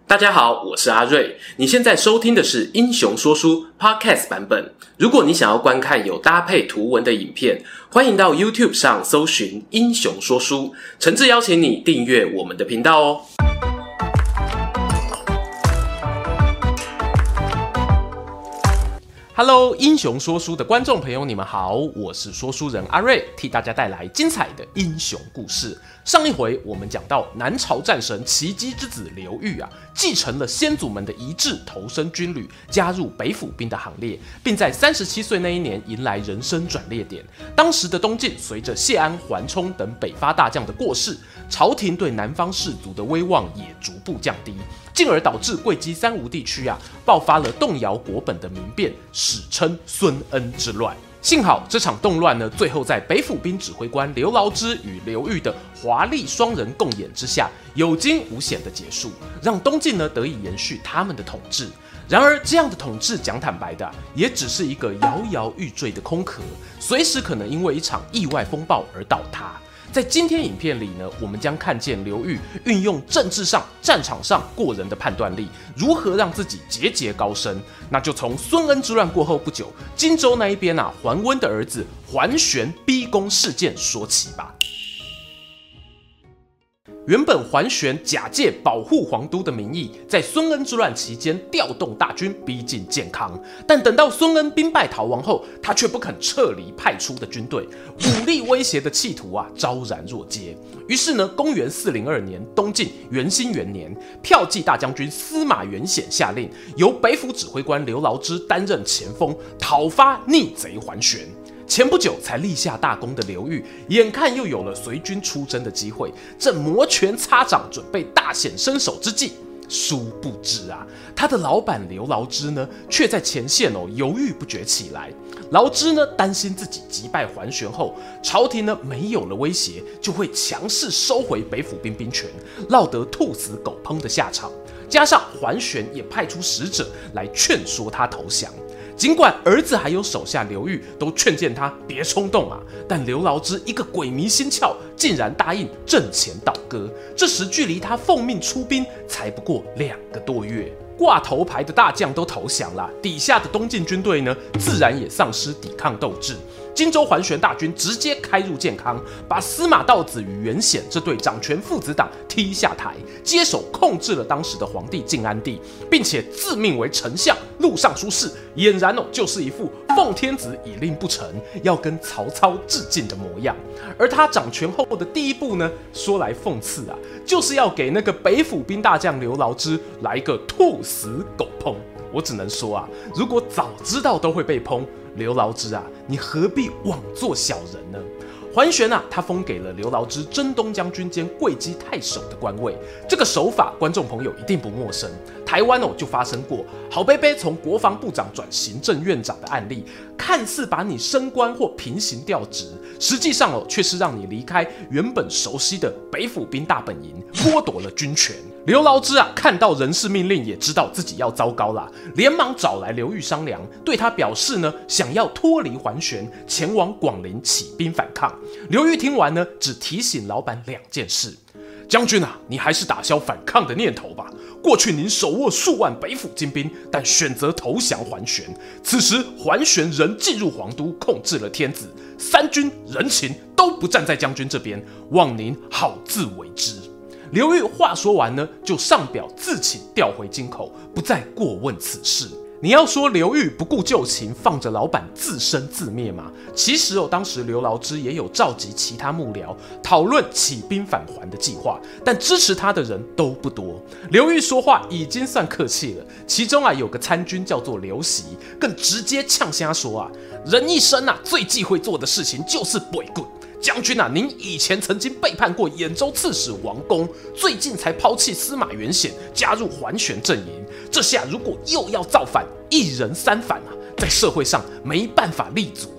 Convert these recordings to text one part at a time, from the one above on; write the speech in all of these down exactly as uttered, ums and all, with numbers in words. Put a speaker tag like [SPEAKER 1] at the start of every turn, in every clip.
[SPEAKER 1] 大家好，我是阿瑞。你现在收听的是英雄说书 Podcast 版本。如果你想要观看有搭配图文的影片，欢迎到 YouTube 上搜寻英雄说书，诚挚邀请你订阅我们的频道哦。Hello， 英雄说书的观众朋友，你们好，我是说书人阿瑞，替大家带来精彩的英雄故事。上一回我们讲到南朝战神奇迹之子刘裕啊，继承了先祖们的遗志，投身军旅，加入北府兵的行列，并在三十七岁那一年迎来人生转捩点。当时的东晋随着谢安、桓冲等北伐大将的过世，朝廷对南方士族的威望也逐步降低，进而导致会稽三吴地区啊爆发了动摇国本的民变，史称孙恩之乱。幸好这场动乱呢，最后在北府兵指挥官刘牢之与刘裕的华丽双人共演之下，有惊无险的结束，让东晋呢得以延续他们的统治。然而，这样的统治讲坦白的、啊，也只是一个摇摇欲坠的空壳，随时可能因为一场意外风暴而倒塌。在今天影片里呢，我们将看见刘裕运用政治上、战场上过人的判断力，如何让自己节节高升。那就从孙恩之乱过后不久，荆州那一边啊，桓温的儿子桓玄逼宫事件说起吧。原本桓玄假借保护皇都的名义，在孙恩之乱期间调动大军逼近建康，但等到孙恩兵败逃亡后，他却不肯撤离派出的军队，武力威胁的企图啊昭然若揭。于是呢，公元四零二年，东晋元兴元年，骠骑大将军司马元显下令，由北府指挥官刘牢之担任前锋，讨伐逆贼桓玄。前不久才立下大功的刘裕，眼看又有了随军出征的机会，正摩拳擦掌，准备大显身手之际，殊不知啊，他的老板刘牢之呢，却在前线哦犹豫不决起来。牢之呢，担心自己击败桓玄后，朝廷呢没有了威胁，就会强势收回北府兵兵权，落得兔死狗烹的下场。加上桓玄也派出使者来劝说他投降。尽管儿子还有手下刘裕都劝谏他别冲动啊，但刘牢之一个鬼迷心窍，竟然答应阵前倒戈。这时距离他奉命出兵才不过两个多月，挂头牌的大将都投降了，底下的东晋军队呢，自然也丧失抵抗斗志。荆州桓玄大军直接开入建康，把司马道子与元显这对掌权父子党踢下台，接手控制了当时的皇帝晋安帝，并且自命为丞相、录尚书事，俨然哦就是一副奉天子以令不臣，要跟曹操致敬的模样。而他掌权后的第一步呢，说来讽刺啊，就是要给那个北府兵大将刘牢之来一个兔死狗烹。我只能说啊，如果早知道都会被烹，刘牢之啊，你何必枉做小人呢？桓玄啊，他封给了刘牢之征东将军兼会稽太守的官位。这个手法，观众朋友一定不陌生。台湾哦就发生过郝贝贝从国防部长转行政院长的案例，看似把你升官或平行调职，实际上哦却是让你离开原本熟悉的北府兵大本营，剥夺了军权。刘牢之啊，看到人事命令，也知道自己要糟糕啦，连忙找来刘裕商量，对他表示呢，想要脱离桓玄，前往广陵起兵反抗。刘裕听完呢，只提醒老板两件事：将军啊，你还是打消反抗的念头吧。过去您手握数万北府精兵，但选择投降桓玄。此时桓玄仍进入皇都，控制了天子，三军人情都不站在将军这边，望您好自为之。刘裕话说完呢，就上表自请调回京口，不再过问此事。你要说刘裕不顾旧情，放着老板自生自灭吗？其实哦，当时刘牢之也有召集其他幕僚讨论起兵返还的计划，但支持他的人都不多。刘裕说话已经算客气了，其中啊有个参军叫做刘袭，更直接呛瞎说啊，人一生啊最忌讳做的事情就是背骨。将军啊，您以前曾经背叛过兖州刺史王公，最近才抛弃司马元显，加入桓玄阵营。这下如果又要造反，一人三反啊，在社会上没办法立足啊。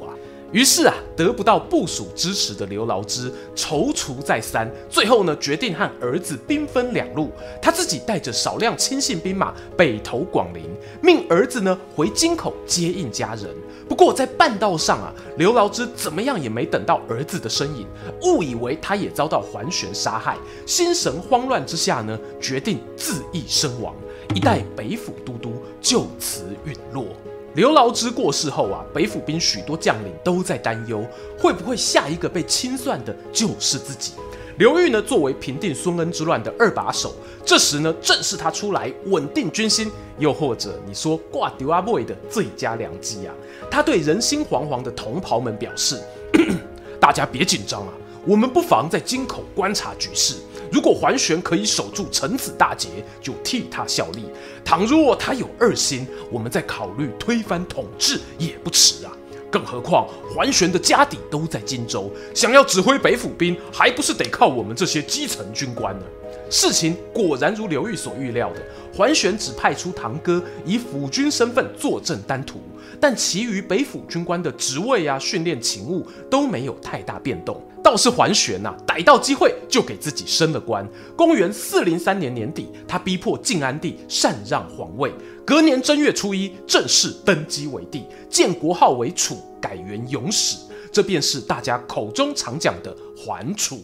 [SPEAKER 1] 于是啊，得不到部属支持的刘牢之踌躇再三，最后呢，决定和儿子兵分两路，他自己带着少量亲信兵马北投广陵，命儿子呢回京口接应家人。不过在半道上啊，刘牢之怎么样也没等到儿子的身影，误以为他也遭到桓玄杀害，心神慌乱之下呢，决定自缢身亡，一代北府都督就此陨落。刘牢之过世后啊，北府兵许多将领都在担忧，会不会下一个被清算的就是自己？刘裕呢，作为平定孙恩之乱的二把手，这时呢，正是他出来稳定军心，又或者你说挂丢阿妹的最佳良机啊！他对人心惶惶的同袍们表示：“大家别紧张啊，我们不妨在京口观察局势。如果桓玄可以守住臣子大节，就替他效力；倘若他有二心，我们再考虑推翻统治也不迟啊。更何况桓玄的家底都在荆州，想要指挥北府兵，还不是得靠我们这些基层军官呢？”事情果然如刘裕所预料的，桓玄只派出堂哥以辅军身份坐镇丹徒，但其余北府军官的职位啊、训练勤务都没有太大变动。倒是桓玄啊，逮到机会就给自己升了官。公元四零三年年底，他逼迫晋安帝禅让皇位，隔年正月初一正式登基为帝，建国号为楚，改元永始，这便是大家口中常讲的桓楚。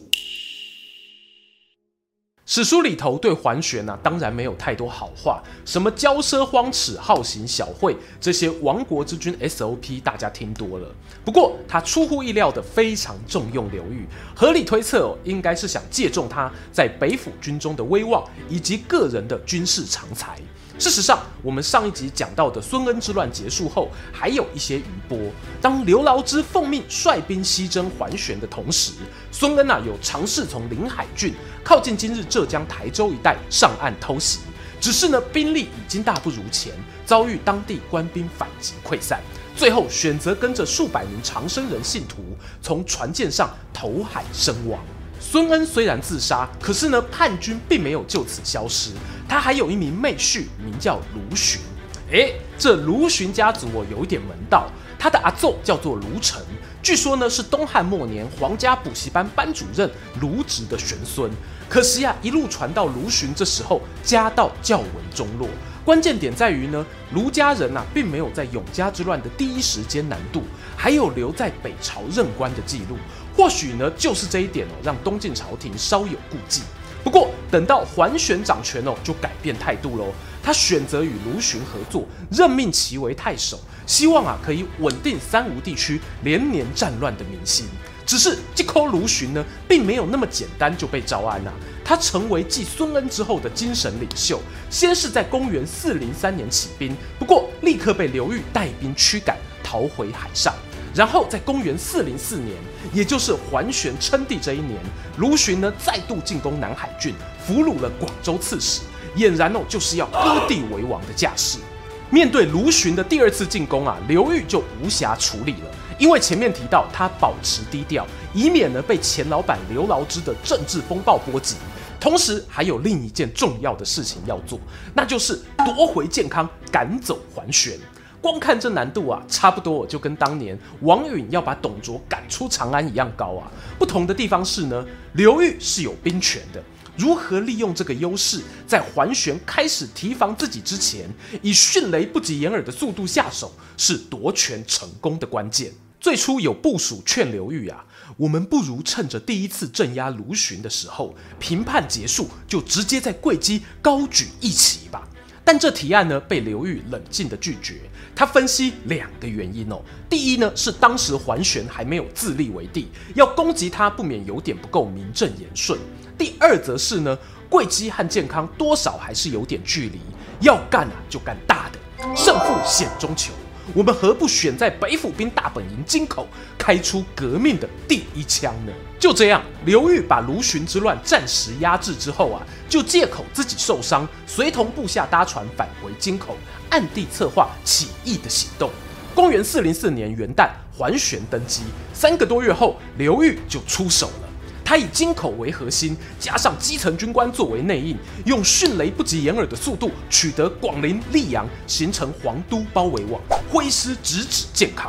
[SPEAKER 1] 史书里头对桓玄啊，当然没有太多好话，什么骄奢荒侈、好行小惠，这些亡国之君 S O P 大家听多了。不过他出乎意料的非常重用刘裕，合理推测哦，应该是想借重他在北府军中的威望以及个人的军事长才。事实上，我们上一集讲到的孙恩之乱结束后，还有一些余波。当刘牢之奉命率兵西征桓玄的同时，孙恩啊有尝试从临海郡靠近今日浙江台州一带上岸偷袭，只是呢兵力已经大不如前，遭遇当地官兵反击溃散，最后选择跟着数百名长生人信徒从船舰上投海身亡。孙恩虽然自杀，可是呢，叛军并没有就此消失，他还有一名妹婿，名叫卢循。哎，这卢循家族哦，有一点门道，他的阿祖叫做卢成，据说呢是东汉末年皇家补习班班主任卢植的玄孙。可惜啊，一路传到卢循这时候，家道较为中落。关键点在于呢，卢家人啊，并没有在永嘉之乱的第一时间南渡，还有留在北朝任官的记录。或许呢，就是这一点哦，让东晋朝廷稍有顾忌。不过，等到桓玄掌权哦，就改变态度喽。他选择与卢循合作，任命其为太守，希望啊可以稳定三吴地区连年战乱的民心。只是这口卢循呢，并没有那么简单就被招安啊。他成为继孙恩之后的精神领袖，先是在公元四零三年起兵，不过立刻被刘裕带兵驱赶，逃回海上。然后在公元四零四年，也就是桓玄称帝这一年，卢循呢再度进攻南海郡，俘虏了广州刺史，俨然哦就是要割地为王的架势。面对卢循的第二次进攻啊，刘裕就无暇处理了，因为前面提到他保持低调，以免呢被前老板刘牢之的政治风暴波及。同时还有另一件重要的事情要做，那就是夺回建康，赶走桓玄。光看这难度啊，差不多就跟当年王允要把董卓赶出长安一样高啊。不同的地方是呢，刘裕是有兵权的，如何利用这个优势，在桓玄开始提防自己之前，以迅雷不及掩耳的速度下手，是夺权成功的关键。最初有部属劝刘裕啊，我们不如趁着第一次镇压卢循的时候，平叛结束就直接在会稽高举义旗吧。但这提案呢，被刘裕冷静的拒绝。他分析两个原因哦。第一呢，是当时桓玄还没有自立为帝，要攻击他不免有点不够名正言顺。第二则是呢，会稽和建康多少还是有点距离，要干啊就干大的，胜负险中求。我们何不选在北府兵大本营京口开出革命的第一枪呢？就这样，刘裕把卢循之乱暂时压制之后啊，就借口自己受伤，随同部下搭船返回京口，暗地策划起义的行动。公元四零四年元旦，桓玄登基，三个多月后，刘裕就出手了。他以京口为核心，加上基层军官作为内应，用迅雷不及掩耳的速度取得广陵、溧阳，形成皇都包围网，挥师直指建康。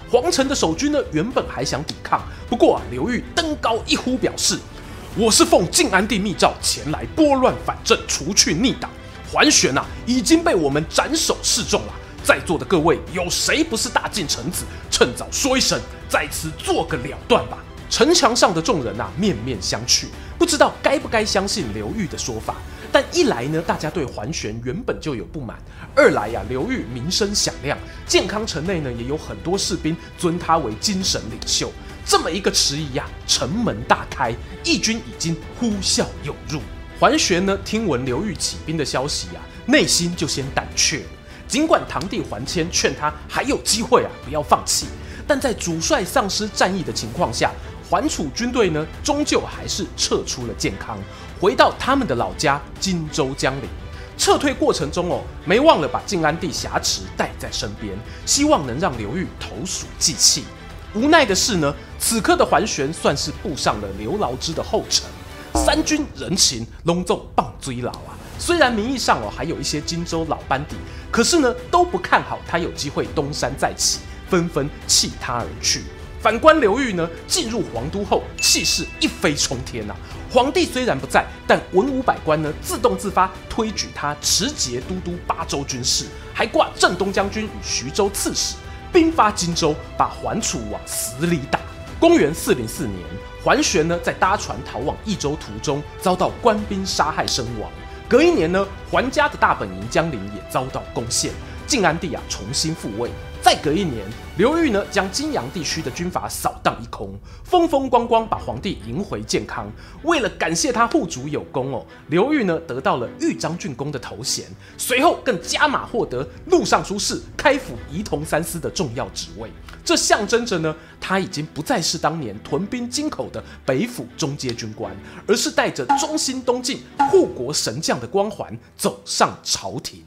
[SPEAKER 1] 皇城的守军呢，原本还想抵抗，不过啊，刘裕登高一呼，表示：“我是奉晋安帝密诏前来拨乱反正，除去逆党。桓玄啊，已经被我们斩首示众了。在座的各位，有谁不是大晋臣子？趁早说一声，在此做个了断吧。”城墙上的众人啊，面面相觑，不知道该不该相信刘裕的说法。但一来呢，大家对桓玄原本就有不满；二来呀、啊，刘裕名声响亮，建康城内呢也有很多士兵尊他为精神领袖。这么一个迟疑呀、啊，城门大开，义军已经呼啸涌入。桓玄呢，听闻刘裕起兵的消息呀、啊，内心就先胆怯了。尽管堂弟桓谦劝他还有机会啊，不要放弃，但在主帅丧失战意的情况下，桓楚军队呢，终究还是撤出了建康，回到他们的老家荆州江陵。撤退过程中哦，没忘了把晋安帝挟持带在身边，希望能让刘裕投鼠忌器。无奈的是呢，此刻的桓玄算是步上了刘牢之的后尘，三军人情隆重棒追牢啊。虽然名义上哦还有一些荆州老班底，可是呢都不看好他有机会东山再起，纷纷弃他而去。反观刘裕呢，进入皇都后，气势一飞冲天啊！皇帝虽然不在，但文武百官呢，自动自发推举他持节都督巴州军事，还挂镇东将军与徐州刺史，兵发荆州，把桓楚往死里打。公元四零四年，桓玄呢在搭船逃往益州途中，遭到官兵杀害身亡。隔一年呢，桓家的大本营江陵也遭到攻陷，晋安帝啊重新复位。再隔一年，刘裕呢将荆阳地区的军阀扫荡一空，风风光光把皇帝迎回建康。为了感谢他护主有功哦，刘裕呢得到了豫章郡公的头衔，随后更加码获得录尚书事、开府仪同三司的重要职位。这象征着呢，他已经不再是当年屯兵京口的北府中阶军官，而是带着忠心东晋、护国神将的光环走上朝廷。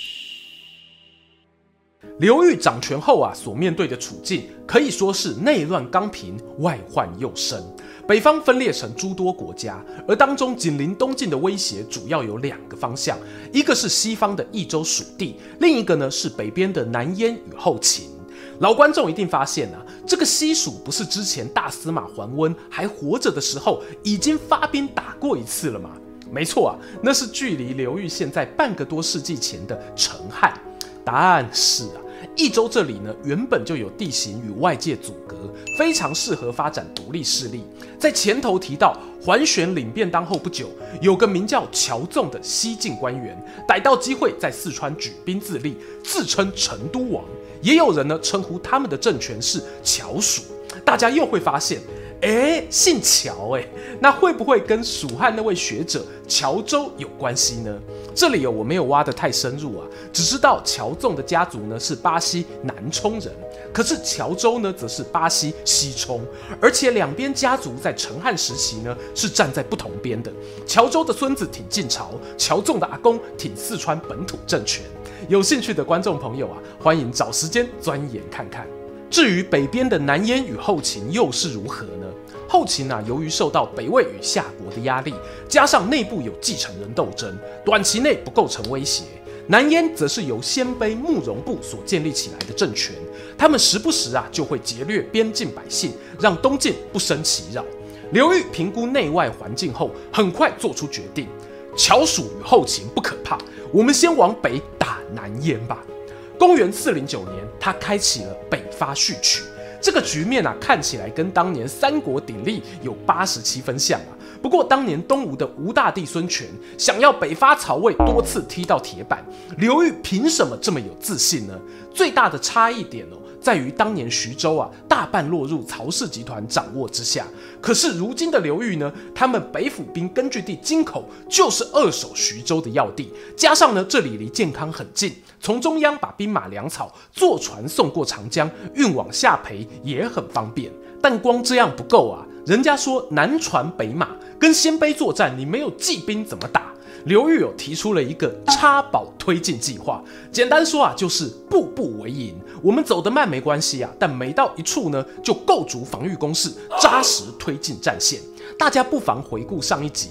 [SPEAKER 1] 刘裕掌权后啊，所面对的处境可以说是内乱刚平，外患又生。北方分裂成诸多国家，而当中紧邻东晋的威胁主要有两个方向，一个是西方的益州属地，另一个呢是北边的南燕与后秦。老观众一定发现啊，这个西蜀不是之前大司马桓温还活着的时候已经发兵打过一次了吗？没错啊，那是距离刘裕现在半个多世纪前的成汉。答案是啊，益州这里呢原本就有地形与外界阻隔，非常适合发展独立势力。在前头提到，桓玄领便当后不久，有个名叫乔纵的西晋官员逮到机会在四川举兵自立，自称成都王。也有人呢称呼他们的政权是乔蜀。大家又会发现，哎，姓乔哎，那会不会跟蜀汉那位学者乔州有关系呢？这里有我没有挖得太深入啊，只知道乔纵的家族呢是巴西南充人，可是乔州呢则是巴西西充，而且两边家族在成汉时期呢是站在不同边的。乔州的孙子挺晋朝，乔纵的阿公挺四川本土政权。有兴趣的观众朋友啊，欢迎找时间钻研看看。至于北边的南燕与后秦又是如何呢？后秦啊，由于受到北魏与夏国的压力，加上内部有继承人斗争，短期内不构成威胁。南燕则是由鲜卑慕容部所建立起来的政权，他们时不时啊就会劫掠边境百姓，让东晋不生其扰。刘裕评估内外环境后，很快做出决定：乔蜀与后秦不可怕，我们先往北打南燕吧。公元四零九年，他开启了北伐序曲。这个局面啊，看起来跟当年三国鼎立有八十七分像啊。不过当年东吴的吴大帝孙权想要北伐曹魏，多次踢到铁板。刘裕凭什么这么有自信呢？最大的差异点哦，在于当年徐州啊，大半落入曹氏集团掌握之下。可是如今的刘裕呢，他们北府兵根据地京口就是扼守徐州的要地，加上呢这里离建康很近，从中央把兵马粮草坐船送过长江，运往下邳也很方便。但光这样不够啊，人家说南船北马，跟鲜卑作战，你没有骑兵怎么打？刘裕有提出了一个插宝推进计划，简单说啊，就是步步为营。我们走得慢没关系啊，但每到一处呢，就构筑防御工事，扎实推进战线。大家不妨回顾上一集哦，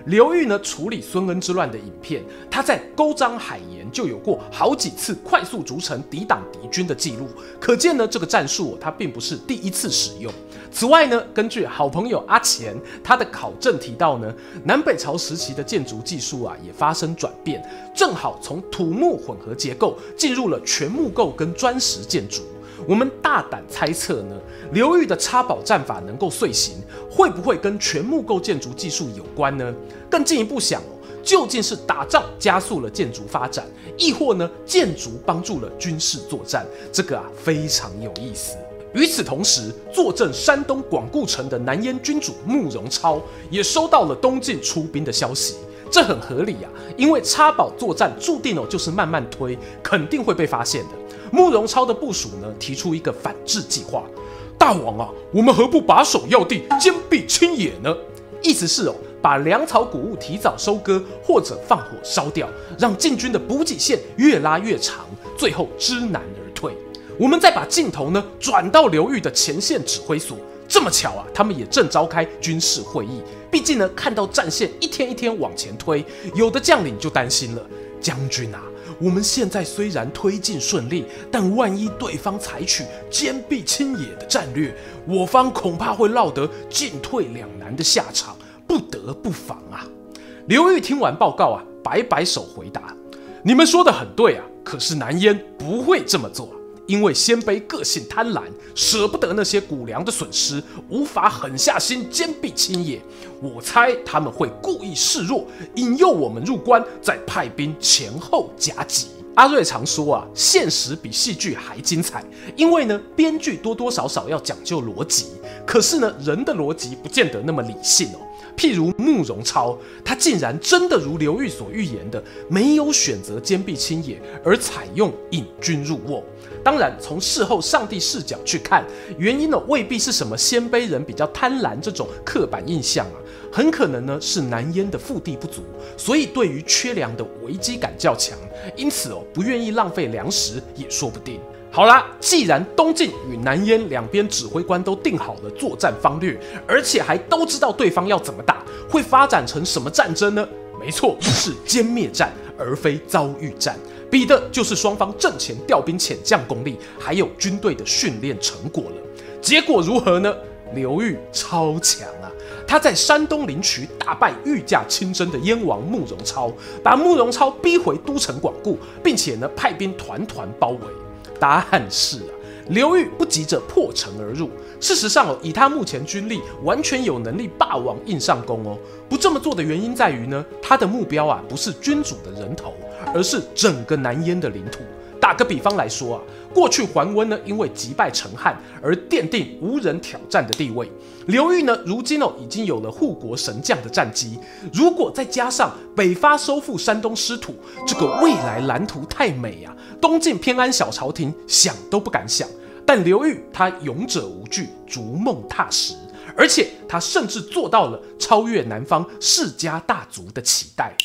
[SPEAKER 1] 刘裕呢处理孙恩之乱的影片，他在勾章海盐就有过好几次快速逐城抵挡敌军的记录，可见呢这个战术、哦、他并不是第一次使用。此外呢，根据好朋友阿钱他的考证提到呢，南北朝时期的建筑技术啊也发生转变，正好从土木混合结构进入了全木构跟砖石建筑。我们大胆猜测呢，刘裕的插宝战法能够遂行，会不会跟全木构建筑技术有关呢？更进一步想哦，究竟是打仗加速了建筑发展，亦或呢建筑帮助了军事作战？这个啊非常有意思。与此同时，坐镇山东广固城的南燕君主慕容超也收到了东晋出兵的消息。这很合理啊，因为插宝作战注定哦就是慢慢推，肯定会被发现的。慕容超的部属呢提出一个反制计划，大王啊，我们何不把守要地，坚壁清野呢？意思是哦，把粮草谷物提早收割，或者放火烧掉，让晋军的补给线越拉越长，最后知难而退。我们再把镜头呢转到刘裕的前线指挥所，这么巧啊，他们也正召开军事会议。毕竟呢，看到战线一天一天往前推，有的将领就担心了：将军啊，我们现在虽然推进顺利，但万一对方采取坚壁清野的战略，我方恐怕会落得进退两难的下场，不得不防啊。刘裕听完报告啊，摆摆手回答：你们说的很对啊，可是南燕不会这么做。因为鲜卑个性贪婪，舍不得那些谷粮的损失，无法狠下心坚壁清野。我猜他们会故意示弱，引诱我们入关，再派兵前后夹击。阿瑞常说啊，现实比戏剧还精彩，因为呢，编剧多多少少要讲究逻辑，可是呢，人的逻辑不见得那么理性哦。譬如慕容超，他竟然真的如刘裕所预言的，没有选择坚壁清野，而采用引军入瓮。当然，从事后上帝视角去看，原因呢未必是什么鲜卑人比较贪婪这种刻板印象啊，很可能呢是南燕的腹地不足，所以对于缺粮的危机感较强，因此哦不愿意浪费粮食也说不定。好啦，既然东晋与南燕两边指挥官都定好了作战方略，而且还都知道对方要怎么打，会发展成什么战争呢？没错，是歼灭战，而非遭遇战。比的就是双方阵前调兵遣将功力，还有军队的训练成果了。结果如何呢？刘裕超强啊！他在山东临朐大败御驾亲征的燕王慕容超，把慕容超逼回都城广固，并且呢派兵团团包围。答案是啊，刘裕不急着破城而入。事实上哦，以他目前军力，完全有能力霸王硬上弓哦。不这么做的原因在于呢，他的目标啊不是君主的人头，而是整个南燕的领土。打个比方来说啊，过去桓温呢因为击败陈汉而奠定无人挑战的地位，刘裕呢如今哦已经有了护国神将的战绩，如果再加上北伐收复山东失土，这个未来蓝图太美啊，东晋偏安小朝廷想都不敢想。但刘裕他勇者无惧，逐梦踏实，而且他甚至做到了超越南方世家大族的期待。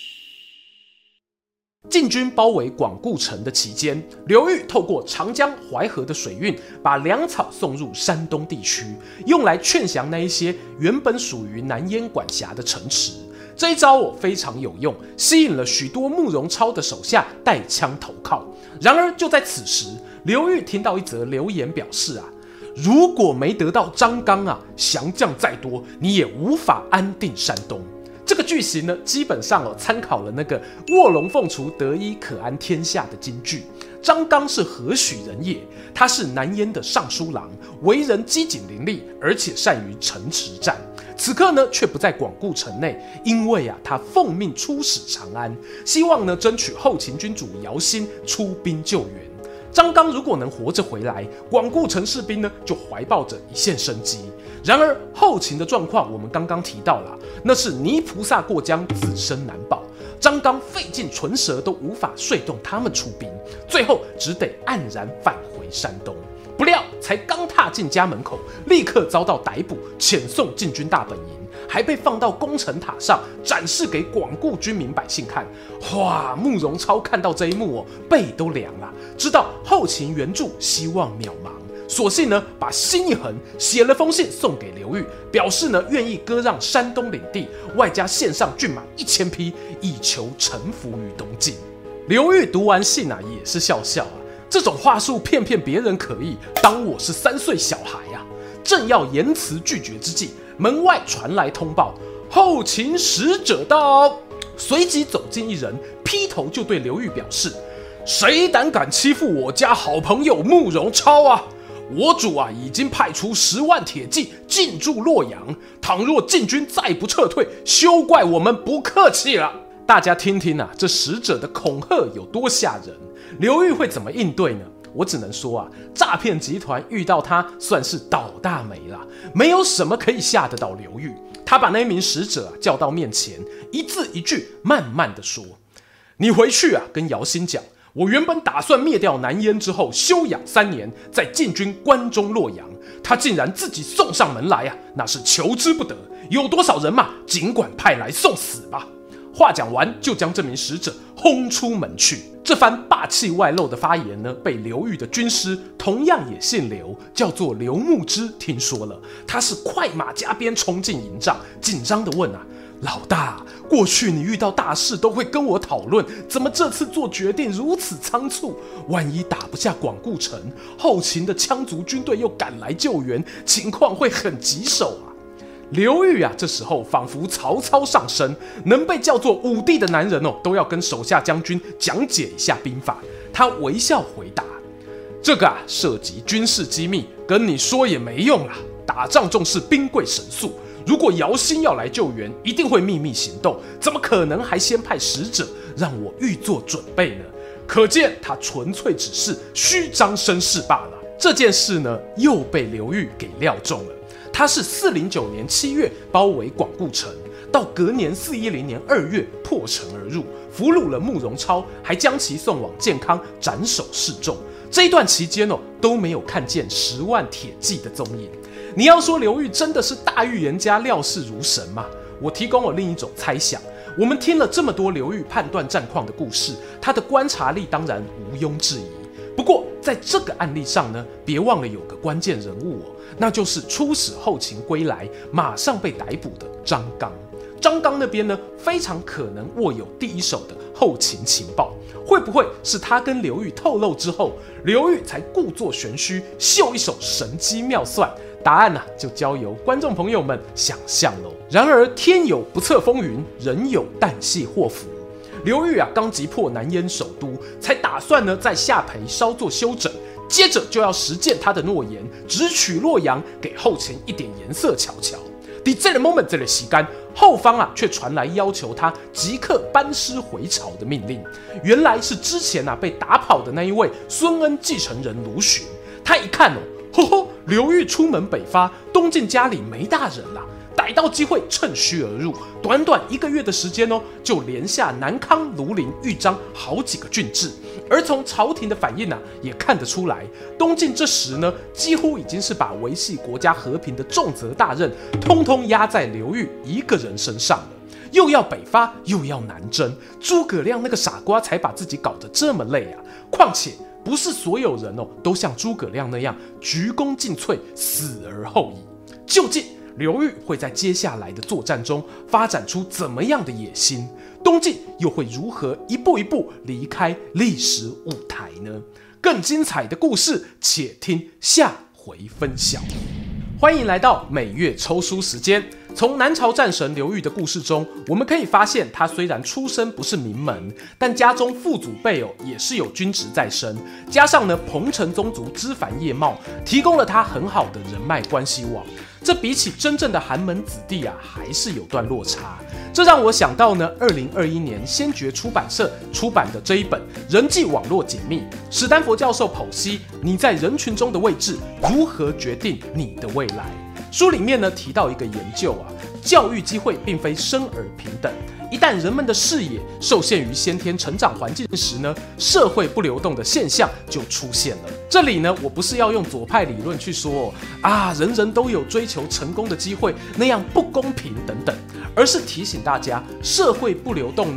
[SPEAKER 1] 晋军包围广固城的期间，刘裕透过长江、淮河的水运，把粮草送入山东地区，用来劝降那一些原本属于南燕管辖的城池。这一招哦非常有用，吸引了许多慕容超的手下带枪投靠。然而就在此时，刘裕听到一则流言，表示啊，如果没得到张刚啊，降将再多，你也无法安定山东。这个句型呢，基本上哦参考了那个卧龙凤雏得一可安天下的金句。张刚是何许人也？他是南燕的尚书郎，为人机警伶俐，而且善于城池战。此刻呢，却不在广固城内，因为啊，他奉命出使长安，希望呢争取后秦君主姚歆出兵救援。张刚如果能活着回来，广固城士兵呢就怀抱着一线生机。然而后秦的状况，我们刚刚提到了，那是泥菩萨过江，自身难保。张刚费尽唇舌都无法说动他们出兵，最后只得黯然返回山东。不料才刚踏进家门口，立刻遭到逮捕，遣送晋军大本营，还被放到攻城塔上展示给广固军民百姓看。哇！慕容超看到这一幕哦，背都凉了，知道后秦援助希望渺茫， 索性呢把心一横，写了封信送给刘裕，表示呢愿意割让山东领地，外加献上骏马一千匹，以求臣服于东晋。刘裕读完信啊，也是笑笑啊，这种话术骗骗别人可以，当我是三岁小孩啊！正要言辞拒绝之际，门外传来通报，后勤使者到。随即走进一人，劈头就对刘裕表示：谁胆敢欺负我家好朋友慕容超啊！我主啊，已经派出十万铁骑进驻洛阳，倘若晋军再不撤退，休怪我们不客气了。大家听听啊，这使者的恐吓有多吓人？刘裕会怎么应对呢？我只能说啊，诈骗集团遇到他算是倒大霉了，没有什么可以吓得到刘裕。他把那名使者、啊、叫到面前，一字一句慢慢的说：你回去啊，跟姚兴讲，我原本打算灭掉南燕之后休养三年，再进军关中洛阳，他竟然自己送上门来啊，那是求之不得。有多少人马，尽管派来送死吧。话讲完，就将这名使者轰出门去。这番霸气外露的发言呢，被刘裕的军师同样也姓刘，叫做刘牧之听说了，他是快马加鞭冲进营帐，紧张地问啊：老大，过去你遇到大事都会跟我讨论，怎么这次做决定如此仓促？万一打不下广固城，后勤的羌族军队又赶来救援，情况会很棘手啊！刘裕啊，这时候仿佛曹操上身，能被叫做武帝的男人哦，都要跟手下将军讲解一下兵法。他微笑回答：这个啊，涉及军事机密，跟你说也没用啦。打仗重视兵贵神速，如果姚兴要来救援，一定会秘密行动，怎么可能还先派使者让我预做准备呢？可见他纯粹只是虚张声势罢了。这件事呢，又被刘裕给料中了。他是四零九年七月包围广固城，到隔年四一零年二月破城而入，俘虏了慕容超，还将其送往建康斩首示众。这一段期间哦，都没有看见十万铁骑的踪影。你要说刘裕真的是大预言家，料事如神吗？我提供了另一种猜想。我们听了这么多刘裕判断战况的故事，他的观察力当然毋庸置疑。不过在这个案例上呢，别忘了有个关键人物哦，那就是出使后勤归来，马上被逮捕的张刚。张刚那边呢，非常可能握有第一手的后勤情报，会不会是他跟刘裕透露之后，刘裕才故作玄虚，秀一手神机妙算？答案啊，就交由观众朋友们想象喽。然而天有不测风云，人有旦夕祸福。刘裕啊，刚击破南燕首都，才打算呢在下邳稍作休整，接着就要实践他的诺言，直取洛阳，给后勤一点颜色瞧瞧。在这个 moment 这个时间，后方啊却传来要求他即刻班师回朝的命令。原来是之前啊被打跑的那一位孙恩继承人卢循。他一看哦，呵呵，刘裕出门北伐，东晋家里没大人啦、啊。逮到机会趁虚而入，短短一个月的时间哦，就连下南康、庐陵、豫章好几个郡治。而从朝廷的反应啊，也看得出来，东晋这时呢，几乎已经是把维系国家和平的重责大任，通通压在刘裕一个人身上了。又要北伐，又要南征，诸葛亮那个傻瓜才把自己搞得这么累啊！况且不是所有人哦，都像诸葛亮那样鞠躬尽瘁，死而后已。究竟刘裕会在接下来的作战中发展出怎么样的野心？东晋又会如何一步一步离开历史舞台呢？更精彩的故事，且听下回分晓。欢迎来到每月抽书时间。从南朝战神刘裕的故事中，我们可以发现，他虽然出身不是名门，但家中父祖辈哦也是有军职在身，加上呢彭城宗族枝繁叶茂，提供了他很好的人脉关系网。这比起真正的寒门子弟啊，还是有段落差。这让我想到呢，二零二一年先觉出版社出版的这一本《人际网络解密》，史丹佛教授剖析你在人群中的位置如何决定你的未来。书里面呢提到一个研究啊，教育机会并非生而平等。一旦人们的视野受限于先天成长环境时呢，社会不流动的现象就出现了。这里呢，我不是要用左派理论去说、哦、啊，人人都有追求成功的机会，那样不公平等等，而是提醒大家，社会不流动呢，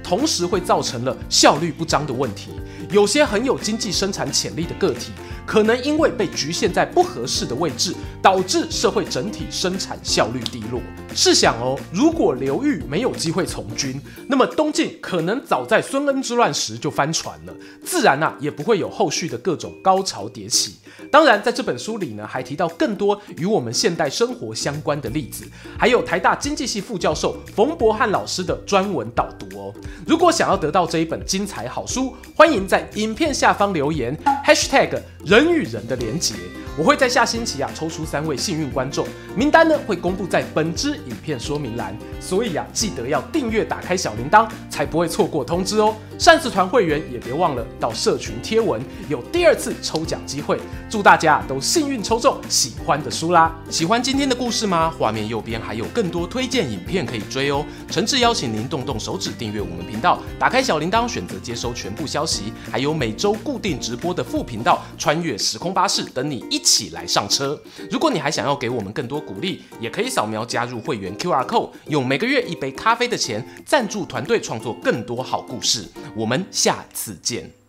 [SPEAKER 1] 同时会造成了效率不彰的问题。有些很有经济生产潜力的个体，可能因为被局限在不合适的位置，导致社会整体生产效率低落。试想哦，如果刘裕没有机会从军，那么东晋可能早在孙恩之乱时就翻船了，自然啊也不会有后续的各种高潮迭起。当然，在这本书里呢，还提到更多与我们现代生活相关的例子，还有台大经济系副教授冯博翰老师的专文导读哦。如果想要得到这一本精彩好书，欢迎在影片下方留言 hashtag 人与人的连结，我会在下星期啊抽出三位幸运观众，名单呢会公布在本支影片说明栏，所以啊记得要订阅、打开小铃铛，才不会错过通知哦。扇子团会员也别忘了到社群贴文，有第二次抽奖机会，祝大家都幸运抽中喜欢的书啦！喜欢今天的故事吗？画面右边还有更多推荐影片可以追哦。诚挚邀请您动动手指订阅我们频道，打开小铃铛，选择接收全部消息，还有每周固定直播的副频道《穿越时空巴士》等你一起来上车。如果你还想要给我们更多鼓励，也可以扫描加入会员 Q R code， 用每个月一杯咖啡的钱赞助团队创作更多好故事。我们下次见。